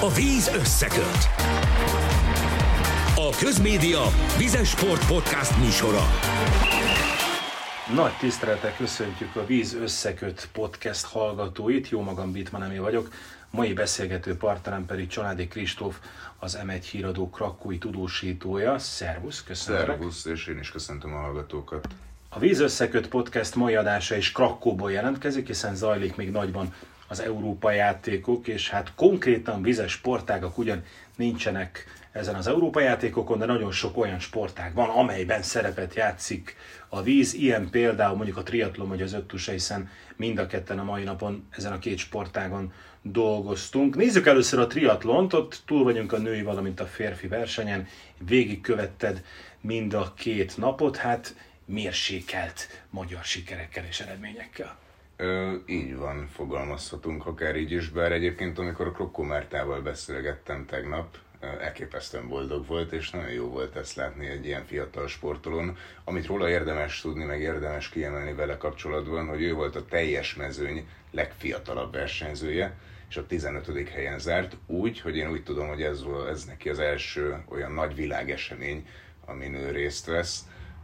A víz összeköt. A Közmédia Vizes Sport Podcast műsora. Nagy tisztelettel köszöntjük a Víz Összeköt podcast hallgatóit. Jó magam, Bittman Emil vagyok. Mai beszélgető partnerem pedig Családi Kristóf, az M1 híradó krakkói tudósítója. Szervusz, köszönöm. Szervusz, és én is köszöntöm a hallgatókat. A Víz Összeköt podcast mai adása is Krakkóból jelentkezik, hiszen zajlik még nagyban az Európa játékok, és hát konkrétan vizes sportágak ugyan nincsenek ezen az Európa játékokon, de nagyon sok olyan sportág van, amelyben szerepet játszik a víz. Ilyen például mondjuk a triatlon vagy az öttusa, hiszen mind a ketten a mai napon ezen a két sportágon dolgoztunk. Nézzük először a triatlont, ott túl vagyunk a női, valamint a férfi versenyen. Végigkövetted mind a két napot, hát mérsékelt magyar sikerekkel és eredményekkel. Így van, fogalmazhatunk akár így is, bár egyébként amikor a Klokkó Mártával beszélgettem tegnap, elképesztően boldog volt, és nagyon jó volt ezt látni egy ilyen fiatal sportolón. Amit róla érdemes tudni, meg érdemes kiemelni vele kapcsolatban, hogy ő volt a teljes mezőny legfiatalabb versenyzője, és a 15. helyen zárt, úgy, hogy én úgy tudom, hogy ez neki az első olyan nagy világesemény, amin ő részt vesz.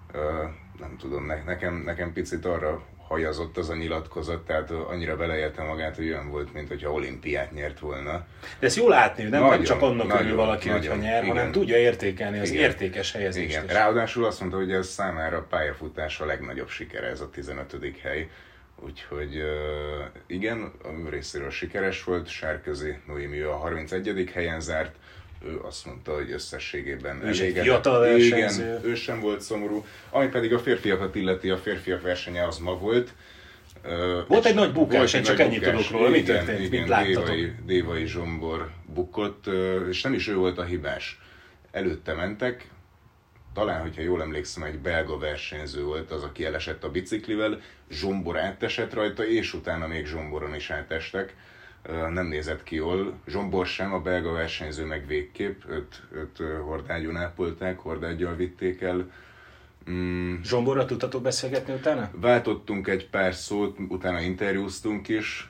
Nem tudom, nekem picit arra hajazott az a nyilatkozat, tehát annyira beleélte magát, hogy olyan volt, mint hogyha olimpiát nyert volna. De ezt jó látni, nem nagyon, csak annak örül nagyon, valaki, hogyha nyer, hanem tudja értékelni az értékes helyezést. Igen. Ráadásul azt mondta, hogy ez számára a pályafutása a legnagyobb sikere, ez a 15. hely. Úgyhogy igen, a részéről sikeres volt, Sárközi Noémi a 31. helyen zárt, ő azt mondta, hogy összességében elégedett. Igen, ő sem volt szomorú. Ami pedig a férfiakat illeti, a férfiak versenye az ma volt. Volt egy nagy bukás, én csak ennyit tudok róla. Mi történt, igen, mit láttatok? Dévai Zsombor bukott, és nem is ő volt a hibás. Előtte mentek, talán, hogyha jól emlékszem, egy belga versenyző volt az, aki elesett a biciklivel, Zsombor átesett rajta, és utána még Zsomboron is átestek. Nem nézett ki jól, Zsombor sem, a belga versenyző meg végképp, őt hordágyon ápolták, hordággyal vitték el. Zsomborra tudtatok beszélgetni utána? Váltottunk egy pár szót, utána interjúztunk is.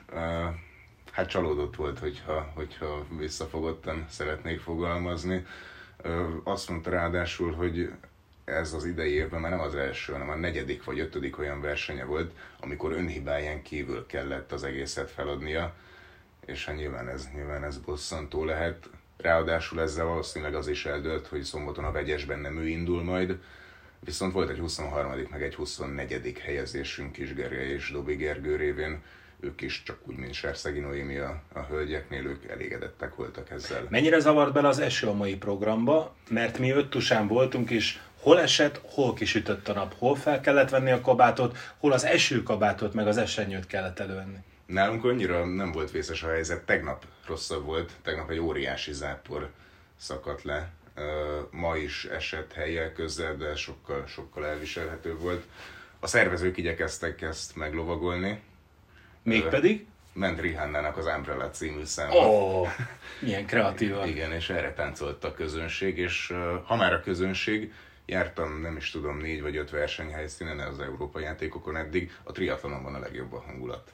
Hát csalódott volt, hogyha visszafogottan szeretnék fogalmazni. Azt mondta ráadásul, hogy ez az idei évben már nem az első, hanem a 4. vagy 5. olyan versenye volt, amikor önhibáján kívül kellett az egészet feladnia. És hát nyilván ez bosszantó lehet. Ráadásul ezzel valószínűleg az is eldőlt, hogy szombaton a vegyesben nem ő indul majd. Viszont volt egy 23. meg egy 24. helyezésünk Kisgergely és Dobi Gergő révén. Ők is csak úgy, mint Sárszegi Noémi a hölgyeknél, ők elégedettek voltak ezzel. Mennyire zavart bele az eső a mai programba? Mert mi öttusán voltunk, és hol esett, hol kisütött a nap, hol fel kellett venni a kabátot, hol az esőkabátot, meg az esernyőt kellett elővenni. Nálunk annyira nem volt vészes a helyzet, tegnap rosszabb volt, tegnap egy óriási zápor szakadt le. Ma is esett helyjel közel, de sokkal elviselhető volt. A szervezők igyekeztek ezt meglovagolni. Mégpedig? Ment Rihannának az Umbrella című száma. Milyen kreatívan. Igen, és erre táncolt a közönség, és ha már a közönség, jártam nem is tudom 4 vagy 5 versenyhelyszínen az Európa játékokon eddig, a triatlonon van a legjobb a hangulat.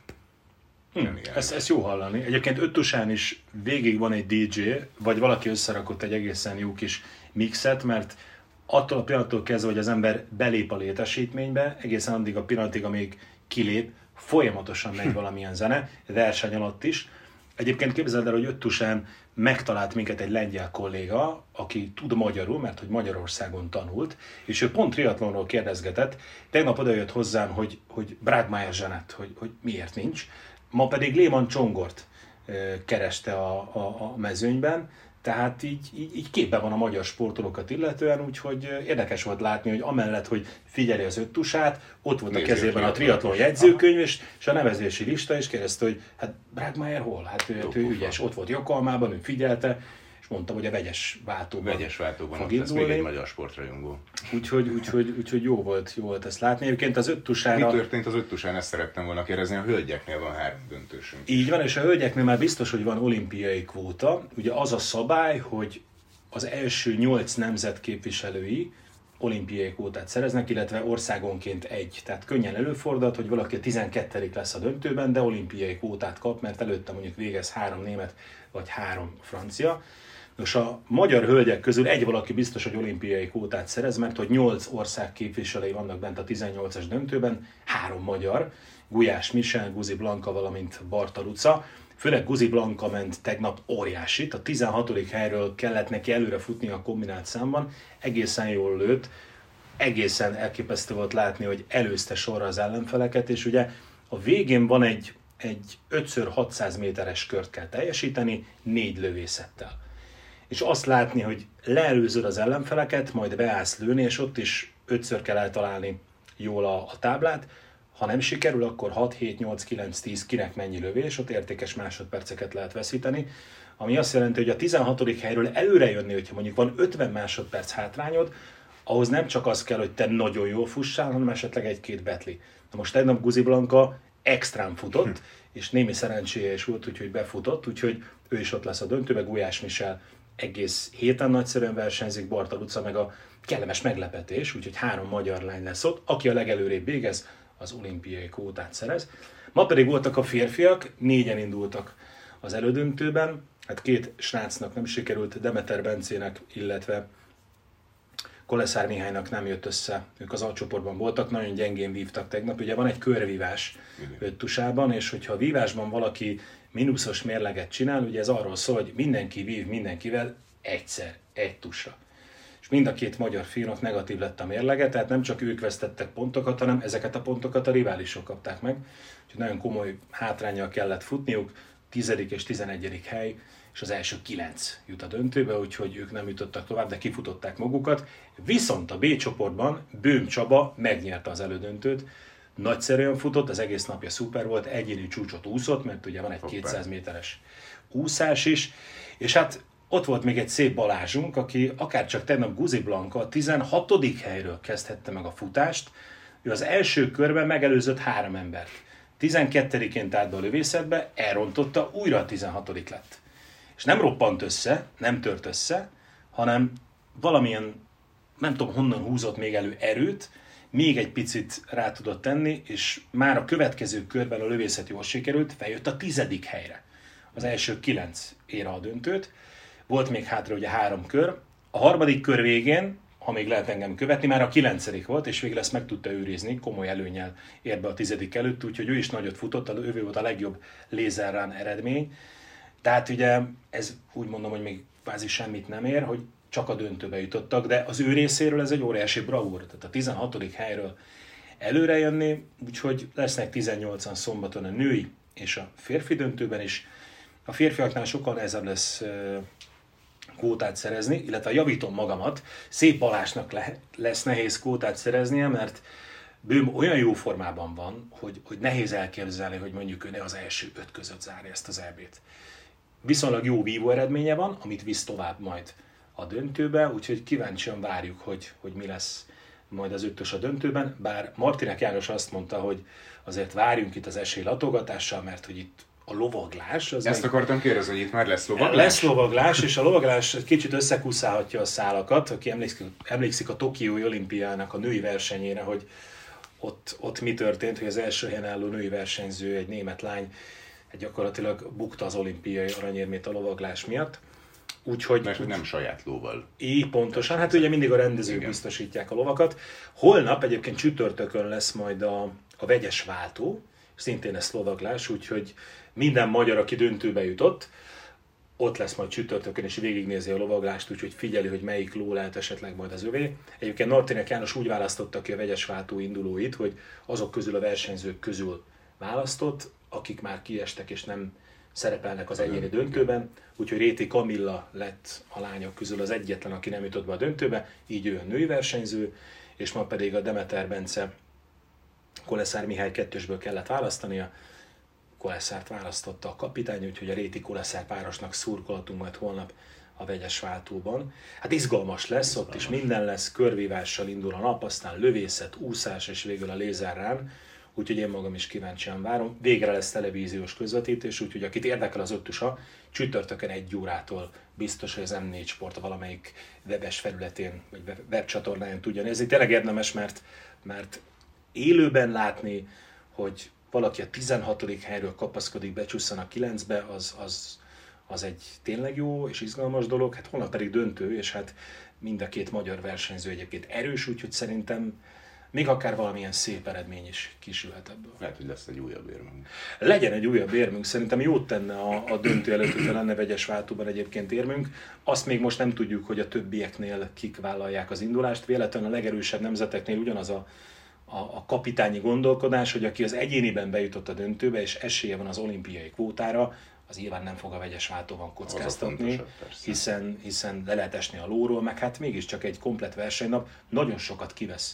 Ezt jó hallani. Egyébként öttusán is végig van egy DJ, vagy valaki összerakott egy egészen jó kis mixet, mert attól a pillanattól kezdve, hogy az ember belép a létesítménybe, egészen addig a pillanatig, amíg kilép, folyamatosan megy valamilyen zene, verseny alatt is. Egyébként képzeld el, hogy öttusán megtalált minket egy lengyel kolléga, aki tud magyarul, mert hogy Magyarországon tanult, és ő pont triatlonról kérdezgetett. Tegnap odajött hozzám, hogy Bragmeier Zsanett, hogy miért nincs. Ma pedig Lehmann Csongort kereste a mezőnyben, tehát így képben van a magyar sportolókat illetően, úgyhogy érdekes volt látni, hogy amellett, hogy figyeli az öttusát, ott volt a kezében a triatlon jegyzőkönyv, és a nevezési lista, és kérdezte, hogy hát Bragmeier hol? Hát ő ügyes, ott volt Yokohamában, ő figyelte, és mondtam, hogy a vegyes váltóban fog ez még egy magyar sportrajongó. Úgyhogy jó volt ezt látni. Egyébként az öttusára... Mi történt az öttusán? Ezt szerettem volna kérdezni, a hölgyeknél van 3 döntősünk. Így van, és a hölgyeknél már biztos, hogy van olimpiai kvóta. Ugye az a szabály, hogy az első 8 nemzet képviselői olimpiai kvótát szereznek, illetve országonként egy. Tehát könnyen előfordult, hogy valaki a 12. lesz a döntőben, de olimpiai kvótát kap, mert előtte mondjuk végez 3 német vagy 3 francia. Nos, a magyar hölgyek közül egy valaki biztos, hogy olimpiai kvótát szerez, mert hogy 8 ország képviselői vannak bent a 18-as döntőben, 3 magyar, Gulyás Michel, Guzi Blanka, valamint Barta Luca. Főleg Guzi Blanka ment tegnap óriásit, a 16. helyről kellett neki előre futni a kombinált számban, egészen jól lőtt, egészen elképesztő volt látni, hogy előzte sorra az ellenfeleket, és ugye a végén van egy 5x600 méteres kört kell teljesíteni, 4 lövészettel. És azt látni, hogy leelőzöd az ellenfeleket, majd beállsz lőni, és ott is 5-ször kell eltalálni jól a táblát. Ha nem sikerül, akkor 6, 7, 8, 9, 10, kinek mennyi lövés, ott értékes másodperceket lehet veszíteni. Ami azt jelenti, hogy a 16. helyről előre jönni, hogyha mondjuk van 50 másodperc hátrányod, ahhoz nem csak az kell, hogy te nagyon jól fussál, hanem esetleg 1-2 betli. Na most tegnap Guzi Blanka extrán futott, és némi szerencséje is volt, úgyhogy befutott, úgyhogy ő is ott lesz a döntőben, Gulyás Michel egész héten nagyszerűen versenyzik, Barta Luca meg a kellemes meglepetés, úgyhogy 3 magyar lány lesz ott, aki a legelőrébb végez, az olimpiai kvótát szerez. Ma pedig voltak a férfiak, 4-en indultak az elődöntőben, hát 2 srácnak nem sikerült, Demeter Bencének, illetve Koleszár Mihálynak nem jött össze, ők az alcsoportban voltak, nagyon gyengén vívtak tegnap, ugye van egy körvívás 5 tusában, és hogyha a vívásban valaki mínuszos mérleget csinál, ugye ez arról szól, hogy mindenki vív mindenkivel egyszer, egy tusra. És mind a 2 magyar fiúnak negatív lett a mérlege, tehát nem csak ők vesztettek pontokat, hanem ezeket a pontokat a riválisok kapták meg. Úgyhogy nagyon komoly hátránnyal kellett futniuk, 10. és 11. hely, és az első 9 jut a döntőbe, úgyhogy ők nem jutottak tovább, de kifutották magukat. Viszont a B csoportban Böhm Csaba megnyerte az elődöntőt, nagyszerűen futott, az egész napja szuper volt, egyéni csúcsot úszott, mert ugye van egy 200 méteres úszás is, és hát ott volt még egy szép Balázsunk, aki akárcsak tegnap Guzi Blanka a 16. helyről kezdhette meg a futást, ő az első körben megelőzött 3 embert. 12-ként állt be a lövészetbe, elrontotta, újra a 16. lett. És nem roppant össze, nem tört össze, hanem valamilyen, nem tudom honnan húzott még elő erőt, még egy picit rá tudott tenni, és már a következő körben a lövészet jól sikerült, feljött a 10. helyre. Az első 9 ér a döntőt. Volt még hátra ugye 3 kör. A 3. kör végén, ha még lehet engem követni, már a 9. volt, és végül ezt meg tudta őrizni, komoly előnnyel ért be a 10. előtt, úgyhogy ő is nagyot futott, ő volt a legjobb lézerrán eredmény. Tehát ugye ez úgy mondom, hogy még kvázi semmit nem ér, hogy csak a döntőbe jutottak, de az ő részéről ez egy óriási bravúr, tehát a 16. helyről előre jönni, úgyhogy lesznek 18-an szombaton a női és a férfi döntőben is. A férfiaknál sokkal nehezebb lesz kvótát szerezni, illetve javítom magamat, Szép Balázsnak lesz nehéz kvótát szereznie, mert Böhm olyan jó formában van, hogy nehéz elképzelni, hogy mondjuk ő ne az első 5 között zárja ezt az EB-t. Viszonylag jó vívó eredménye van, amit visz tovább majd a döntőbe, úgyhogy kíváncsian várjuk, hogy mi lesz majd az 5-ös a döntőben, bár Martinek János azt mondta, hogy azért várjunk itt az esélylatogatással, mert hogy itt a lovaglás... Ezt akartam kérdezni, hogy itt már lesz lovaglás? Lesz lovaglás, és a lovaglás kicsit összekuszálhatja a szálakat. Aki emlékszik a Tokiói olimpiának a női versenyére, hogy ott mi történt, hogy az első helyen álló női versenyző, egy német lány, gyakorlatilag bukta az olimpiai aranyérmét a lovaglás miatt. Úgyhogy... Mert hogy nem saját lóval. Így pontosan, hát ugye mindig a rendezők igen, biztosítják a lovakat. Holnap egyébként csütörtökön lesz majd a vegyes váltó, szintén ez lovaglás, úgyhogy minden magyar, aki döntőbe jutott, ott lesz majd csütörtökön, és végignézi a lovaglást, úgyhogy figyeli, hogy melyik ló lehet esetleg majd az övé. Egyébként Martinek János úgy választotta ki a vegyes váltó indulóit, hogy azok közül a versenyzők közül választott, akik már kiestek és nem szerepelnek az egyéni döntőben, úgyhogy Réti Kamilla lett a lányok közül az egyetlen, aki nem jutott be a döntőbe, így ő a női versenyző, és ma pedig a Demeter Bence Koleszár Mihály 2-ből kellett választania. Koleszárt választotta a kapitány, úgyhogy a Réti Koleszár párosnak szurkolatunk majd holnap a vegyes váltóban. Hát izgalmas lesz, ott is minden lesz, körvívással indul a nap, aztán lövészet, úszás és végül a lézerrán. úgyhogy én magam is kíváncsian várom. Végre lesz televíziós közvetítés, úgyhogy akit érdekel az öttusa, csütörtökön 1 órától biztos, hogy az M4 Sport valamelyik webes felületén, vagy webcsatornáján tudja nézni. Tényleg érdemes, mert élőben látni, hogy valaki a 16. helyről kapaszkodik, becsúszan a 9-be, az egy tényleg jó és izgalmas dolog. Hát holnap pedig döntő, és hát mind a két magyar versenyző egyébként erős, úgyhogy szerintem még akár valamilyen szép eredmény is kisülhet ebből. Lehet, hogy lesz egy újabb érmünk. Legyen egy újabb érmünk, szerintem jót tenne a döntő előtt, hogyha lenne vegyes váltóban egyébként érmünk. Azt még most nem tudjuk, hogy a többieknél kik vállalják az indulást. Véletlenül a legerősebb nemzeteknél ugyanaz a kapitányi gondolkodás, hogy aki az egyéniben bejutott a döntőbe, és esélye van az olimpiai kvótára, az nyilván nem fog a vegyes váltóban kockáztatni, hiszen le lehet esni a lóról, meg hát mégiscsak egy komplett versenynap nagyon sokat kivesz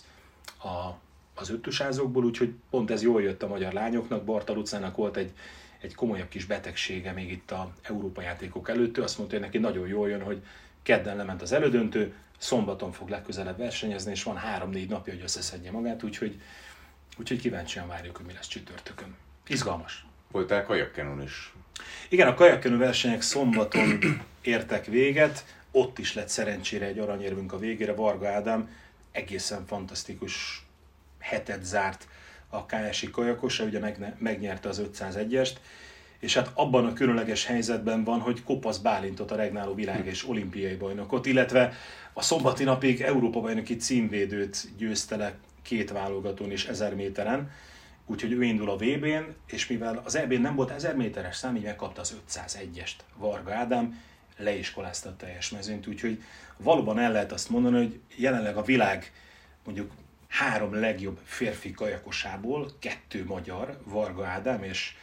az öttusázókból, úgyhogy pont ez jól jött a magyar lányoknak. Barta Lucának volt egy komolyabb kis betegsége még itt a Európa játékok előtt. Ő azt mondta, hogy neki nagyon jól jön, hogy kedden lement az elődöntő, szombaton fog legközelebb versenyezni, és van 3-4 napja, hogy összeszedje magát, úgyhogy kíváncsian várjuk, hogy mi lesz csütörtökön. Izgalmas. Voltál kajakkenun is? Igen, a kajakkenú versenyek szombaton értek véget, ott is lett szerencsére egy aranyérmünk a végére. Varga Ádám egészen fantasztikus hetet zárt a KSI kajakosa, ugye megnyerte az 501-est, és hát abban a különleges helyzetben van, hogy Kopasz Bálintot, a regnáló világ és olimpiai bajnokot, illetve a szombati napig Európa-bajnoki címvédőt győzte le 2 válogatón és 1000 méteren, úgyhogy ő indul a VB-n, és mivel az EB-n nem volt 1000 méteres szám, így megkapta az 501-est Varga Ádám, leiskolázta a teljes mezőnyt, úgyhogy valóban el lehet azt mondani, hogy jelenleg a világ mondjuk 3 legjobb férfi kajakosából 2 magyar, Varga Ádám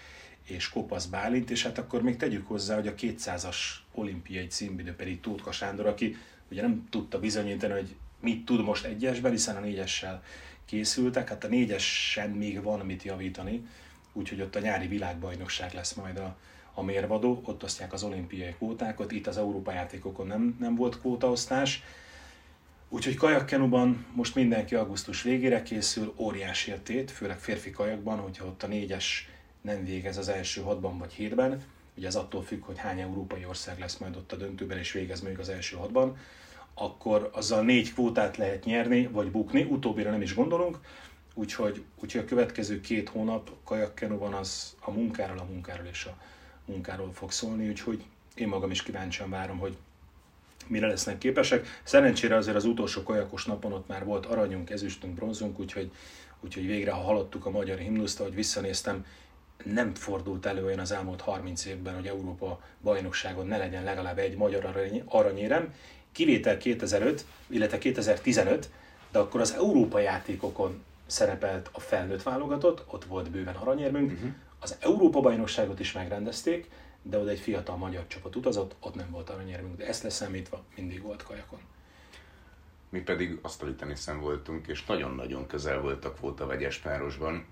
és Kopasz Bálint, és hát akkor még tegyük hozzá, hogy a 200-as olimpiai címvédő pedig Tótka Sándor, aki ugye nem tudta bizonyítani, hogy mit tud most 1-esben, hiszen a 4-essel készültek, hát a 4-esen még van mit javítani, úgyhogy ott a nyári világbajnokság lesz majd a mérvadó, ott osztják az olimpiai kvótákat, itt az Európa-játékokon nem volt kvótaosztás, úgyhogy kajakkenuban most mindenki augusztus végére készül, óriási a tét, főleg férfi kajakban, hogyha ott a 4-es nem végez az első 6-ban vagy 7-ben, ugye ez attól függ, hogy hány európai ország lesz majd ott a döntőben és végez még az első 6-ban, akkor azzal 4 kvótát lehet nyerni, vagy bukni, utóbbira nem is gondolunk, úgyhogy a következő 2 hónap kajakkenuban az a munkáról és a munkáról fog szólni, úgyhogy én magam is kíváncsian várom, hogy mire lesznek képesek. Szerencsére azért az utolsó kajakos napon ott már volt aranyunk, ezüstünk, bronzunk, úgyhogy végre, ha hallottuk a magyar himnuszt, ahogy visszanéztem, nem fordult elő olyan az elmúlt 30 évben, hogy Európa bajnokságon ne legyen legalább egy magyar aranyérem. Kivétel 2005, illetve 2015, de akkor az Európa játékokon szerepelt a felnőtt válogatott, ott volt bőven aranyérmünk. Az Európa bajnokságot is megrendezték, de oda egy fiatal magyar csapat utazott, ott nem volt aranyérmünk, de ezt leszámítva mindig volt kajakon. Mi pedig asztali teniszen voltunk, és nagyon-nagyon közel volt a kvóta vegyes párosban.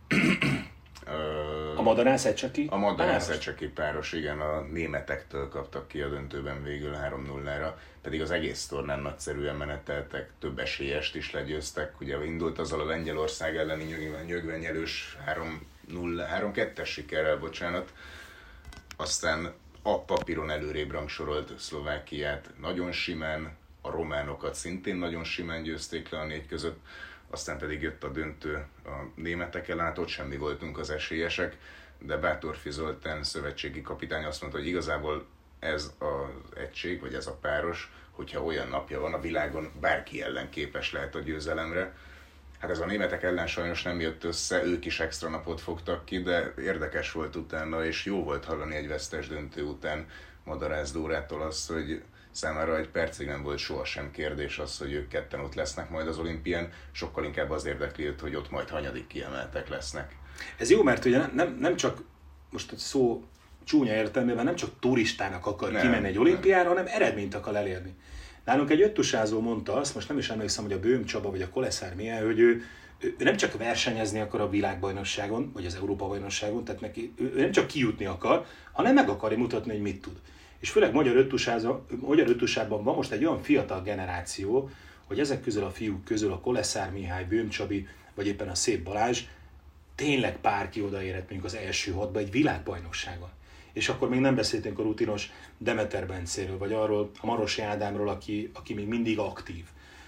A Madarász-Ecseki? A Madarász-Ecseki páros, igen, a németektől kaptak ki a döntőben végül 3-0-ra, pedig az egész tornán nagyszerűen meneteltek, több esélyest is legyőztek, ugye indult azzal a Lengyelország elleni nyögvenyelős 3-2-es sikerrel, bocsánat, aztán a papíron előrébb rangsorolt Szlovákiát nagyon simán, a románokat szintén nagyon simán győzték le a 4 között, aztán pedig jött a döntő a németek ellen, ott semmi voltunk az esélyesek, de Bátorfi Zoltán szövetségi kapitány azt mondta, hogy igazából ez az egység, vagy ez a páros, hogyha olyan napja van a világon, bárki ellen képes lehet a győzelemre. Hát ez a németek ellen sajnos nem jött össze, ők is extra napot fogtak ki, de érdekes volt utána, és jó volt hallani egy vesztes döntő után Madarász Dórától az, hogy számára egy percig nem volt sohasem kérdés az, hogy ők ketten ott lesznek majd az olimpián, sokkal inkább az érdekli őt, hogy ott majd hanyadik kiemeltek lesznek. Ez jó, mert ugye nem csak, most a szó csúnya értelmében, nem csak turistának akar kimenni egy olimpiára, hanem eredményt akar elérni. Nálunk egy öttusázó mondta azt, most nem is emlékszem, hogy a Böhm Csaba vagy a Koleszár milyen, hogy ő nem csak versenyezni akar a világbajnokságon, vagy az Európa-bajnokságon, tehát neki, ő nem csak kijutni akar, hanem meg akarja mutatni, hogy mit tud. És főleg magyar öttusában van most egy olyan fiatal generáció, hogy ezek közül a fiúk közül a Koleszár Mihály, Böhm Csabi, vagy éppen a Szép Balázs tényleg bárki odaérhet mondjuk az első hatba egy világbajnokságon. És akkor még nem beszéltünk a rutinos Demeter Bencéről, vagy arról a Marosi Ádámról, aki még mindig aktív.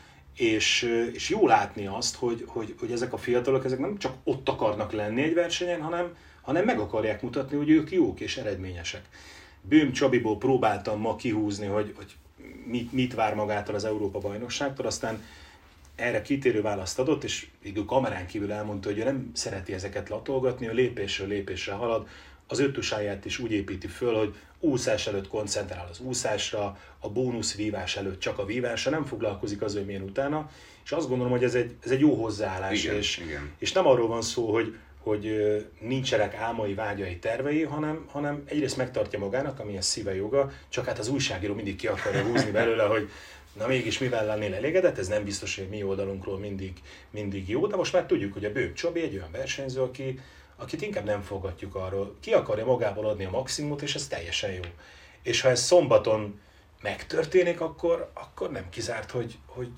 És jó látni azt, hogy ezek a fiatalok ezek nem csak ott akarnak lenni egy versenyen, hanem meg akarják mutatni, hogy ők jók és eredményesek. Böhm Csabiból próbáltam ma kihúzni, hogy mit vár magától az Európa-bajnokságtól, aztán erre kitérő választ adott, és végül kamerán kívül elmondta, hogy ő nem szereti ezeket latolgatni, ő lépésről lépésre halad, az öttusáját is úgy építi föl, hogy úszás előtt koncentrál az úszásra, a bónuszvívás előtt csak a vívásra, nem foglalkozik az, hogy milyen utána, és azt gondolom, hogy ez egy jó hozzáállás, igen. És nem arról van szó, hogy nincsenek álmai, vágyai, tervei, hanem egyrészt megtartja magának, ami a szíve joga, csak hát az újságíró mindig ki akarja húzni belőle, hogy na mégis mivel lennél elégedett, ez nem biztos, hogy mi oldalunkról mindig jó, de most már tudjuk, hogy a Böhm Csabi egy olyan versenyző, akit inkább nem fogadjuk arról. Ki akarja magából adni a maximumot, és ez teljesen jó. És ha ez szombaton megtörténik, akkor nem kizárt, hogy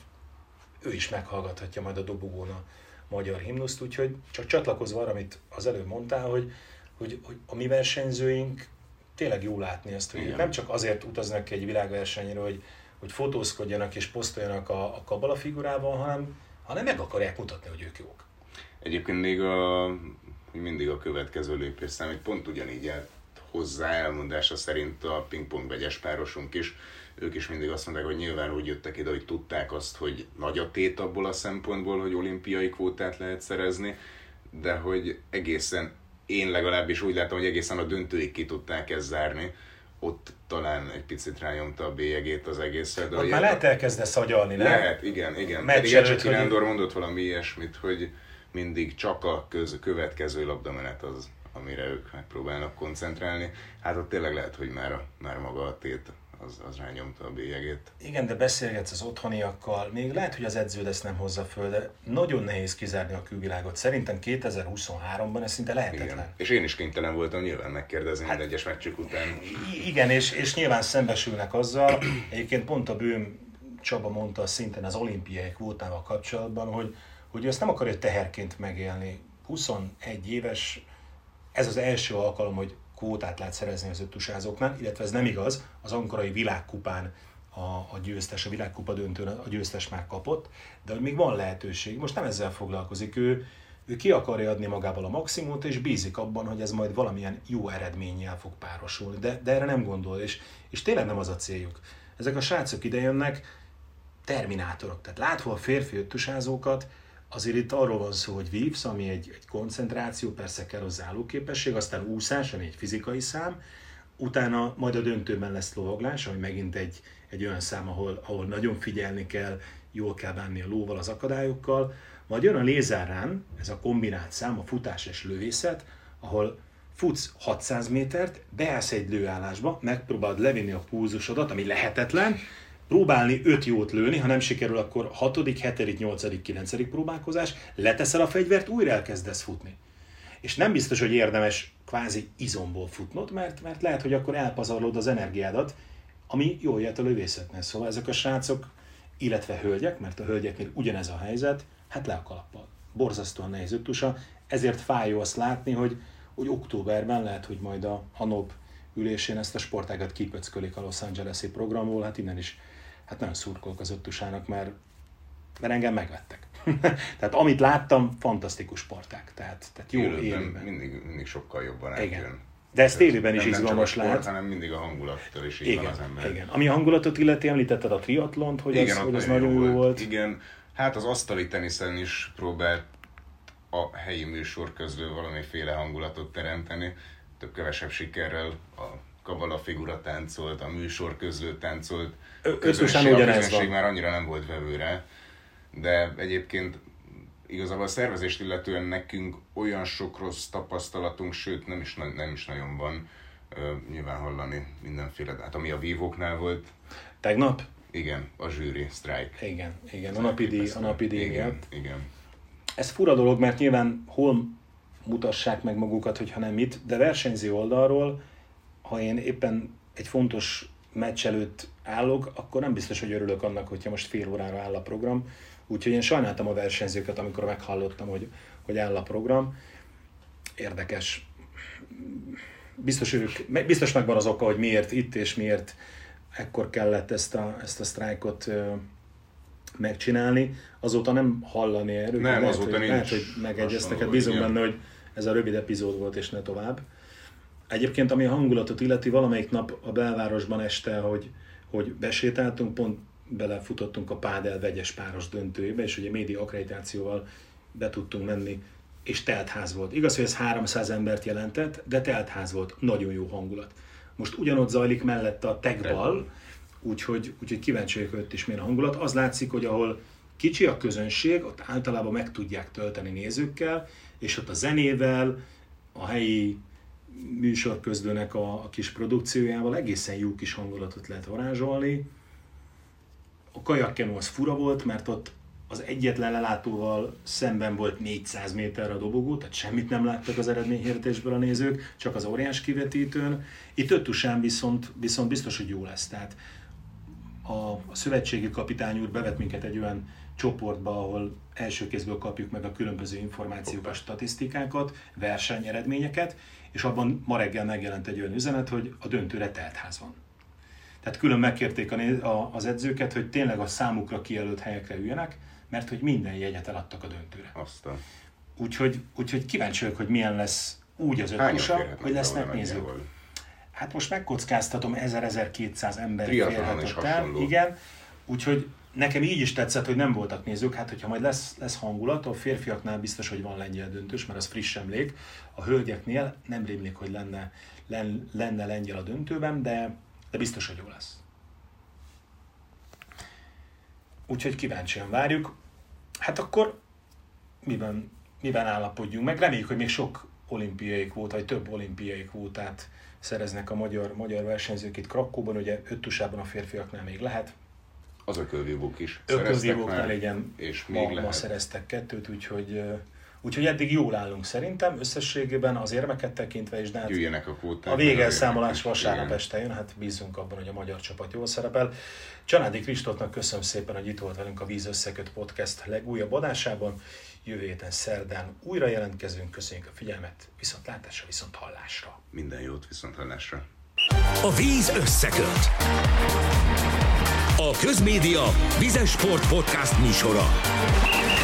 ő is meghallgathatja majd a dobogón a magyar himnuszt, úgyhogy csak csatlakozva arra, amit az előbb mondtál, hogy a mi versenyzőink tényleg jó látni ezt, hogy nem csak azért utaznak ki egy világversenyre, hogy fotózkodjanak és posztoljanak a kabala figurában, hanem meg akarják mutatni, hogy ők jók. Egyébként még mindig a következő lépésszám, hogy pont ugyanígy állt hozzá elmondása szerint a pingpong vegyes párosunk is. Ők is mindig azt mondták, hogy nyilván úgy jöttek ide, hogy tudták azt, hogy nagy a tét abból a szempontból, hogy olimpiai kvótát lehet szerezni, de hogy én legalábbis úgy látom, hogy egészen a döntőig ki tudták ezt zárni. Ott talán egy picit rányomta a bélyegét az egészet. Ott már lehet elkezdesz szagyalni, nem? Lehet, igen. Pedig Ecsek Kirándor mondott valami ilyesmit, hogy mindig csak a következő labdamenet az, amire ők megpróbálnak koncentrálni. Hát ott tényleg lehet, hogy már maga a tét az rányomta a bélyegét. Igen, de beszélgetsz az otthoniakkal, még lehet, hogy az edződ ezt nem hozza föl, de nagyon nehéz kizárni a külvilágot. Szerintem 2023-ban ez szinte lehetetlen. Igen. És én is kénytelen voltam nyilván megkérdezni minden egyes meccsük után. Igen, és nyilván szembesülnek azzal. Egyébként pont a Böhm Csaba mondta szintén az olimpiai kvótával kapcsolatban, hogy ő ezt nem akarja teherként megélni. 21 éves, ez az első alkalom, hogy kvótát lát szerezni az öttusázóknál, illetve ez nem igaz, az ankarai világkupán a győztes, a világkupa döntőn a győztes már kapott, de hogy még van lehetőség, most nem ezzel foglalkozik, ő ki akarja adni magából a maximumot, és bízik abban, hogy ez majd valamilyen jó eredménnyel fog párosulni, de erre nem gondol, és tényleg nem az a céljuk. Ezek a srácok idejönnek, terminátorok, tehát látva a férfi öttusázókat, azért itt arról van szó, hogy vívsz, ami egy koncentráció, persze kell hozzá állóképesség, aztán úszás, ami egy fizikai szám, utána majd a döntőben lesz lovaglás, ami megint egy olyan szám, ahol nagyon figyelni kell, jól kell bánni a lóval, az akadályokkal, majd jön a lézárrán, ez a kombinált szám, a futás és lövészet, ahol futsz 600 métert, beállsz egy lőállásba, megpróbálod levinni a pulzusodat, ami lehetetlen, próbálni 5 jót lőni, ha nem sikerül, akkor 6., 7., 8., 9. próbálkozás, leteszel a fegyvert, újra elkezdesz futni. És nem biztos, hogy érdemes kvázi izomból futnod, mert lehet, hogy akkor elpazarlod az energiádat, ami jól jött a lövészetnél. Szóval ezek a srácok, illetve hölgyek, mert a hölgyeknél ugyanez a helyzet, hát le a kalappal. Borzasztóan nehéz öttusa, ezért fájó azt látni, hogy októberben lehet, hogy majd a NOB ülésén ezt a sportágat kipöckölik a Los Angeles-i programból, hát innen is hát nagyon szurkolok az öttusának, mert engem megvettek. Tehát amit láttam, fantasztikus sporták. Tehát jó élőben. Mindig sokkal jobban átjön. De ezt élőben is izgalmas lehet. Nem hanem mindig a hangulattól is így van az ember. Igen. Ami a hangulatot illeti, említetted a triatlont, hogy az nagyon jó volt. Igen, hát az asztali teniszen is próbált a helyi műsor közül valamiféle hangulatot teremteni. Több-kevesebb sikerrel a kabala figura táncolt, a műsor közül táncolt. A közönség már annyira nem volt vevőre, de egyébként igazából a szervezést illetően nekünk olyan sok rossz tapasztalatunk, sőt nem is nagyon van nyilván hallani mindenféle, hát ami a vívóknál volt. Tegnap? Igen, a zsűri sztrájk. Igen, a napi díj miatt. Igen. Ez fura dolog, mert nyilván hol mutassák meg magukat, hogyha nem mit, de versenyző oldalról, ha én éppen egy fontos meccs előtt állok, akkor nem biztos, hogy örülök annak, hogyha most fél órára áll a program. Úgyhogy én sajnáltam a versenyzőket, amikor meghallottam, hogy áll a program. érdekes. Biztos megvan az oka, hogy miért itt és miért ekkor kellett ezt a sztrájkot megcsinálni. Azóta nem hallani erről. Nem, azóta nincs. Lehet, hogy megegyeztek. Hát bízom benne, hogy ez a rövid epizód volt, és ne tovább. Egyébként, ami a hangulatot illeti, valamelyik nap a belvárosban este, hogy besétáltunk, pont belefutottunk a pádel vegyes páros döntőjébe, és ugye média akkreditációval be tudtunk menni, és teltház volt. Igaz, hogy ez 300 embert jelentett, de teltház volt. Nagyon jó hangulat. Most ugyanott zajlik mellette a tegbal, úgyhogy kíváncsi vagyok, hogy ott is milyen a hangulat. Az látszik, hogy ahol kicsi a közönség, ott általában meg tudják tölteni nézőkkel, és ott a zenével, a helyi műsorközlőnek a kis produkciójával egészen jó kis hangulatot lehet varázsolni. A kajakkenó az fura volt, mert ott az egyetlen lelátóval szemben volt 400 méterre a dobogó, tehát semmit nem láttak az eredményhirdetésből a nézők, csak az óriás kivetítőn. Itt Öttusán viszont biztos, hogy jó lesz. Tehát a szövetségi kapitány úr bevet minket egy olyan csoportba, ahol első kézből kapjuk meg a különböző információkat, statisztikákat, versenyeredményeket, és abban ma reggel megjelent egy olyan üzenet, hogy a döntőre teltház van. Tehát külön megkérték az edzőket, hogy tényleg a számukra kijelölt helyekre üljenek, mert hogy minden jegyet eladtak a döntőre. Aztán. Úgyhogy kíváncsi vagyok, hogy milyen lesz úgy az Öttusa, hogy lesznek nézők. Hát most megkockáztatom, 1000-1200 ember férhetett el. Igen, úgyhogy nekem így is tetszett, hogy nem voltak nézők. Hát hogyha majd lesz hangulat, a férfiaknál biztos, hogy van lengyel döntős, mert az friss emlék. A hölgyeknél nem rémlik, hogy lenne lengyel a döntőben, de biztos, hogy jó lesz. Úgyhogy kíváncsian várjuk. Hát akkor miben állapodjunk meg? Reméljük, hogy még sok olimpiai kvóta, vagy több olimpiai kvótát szereznek a magyar versenyzők itt Krakkóban, ugye Öttusában a férfiaknál még lehet. Az ökölvívók is ökölvívóknál igen, és még ma szereztek 2, úgyhogy eddig jól állunk szerintem, összességében az érmeket tekintve is, de hát jöjjenek a kvóták. A végelszámolás vasárnap este jön, hát bízunk abban, hogy a magyar csapat jól szerepel. Csanádi Kristófnak köszönöm szépen, hogy itt volt velünk a Víz Összeköt podcast legújabb adásában. Jövő héten szerdán újra jelentkezünk, köszönjük a figyelmet, viszontlátásra, viszont hallásra. Minden jót, viszont hallásra. A Víz Összeköt. A Közmédia Vizes Sport podcast műsora.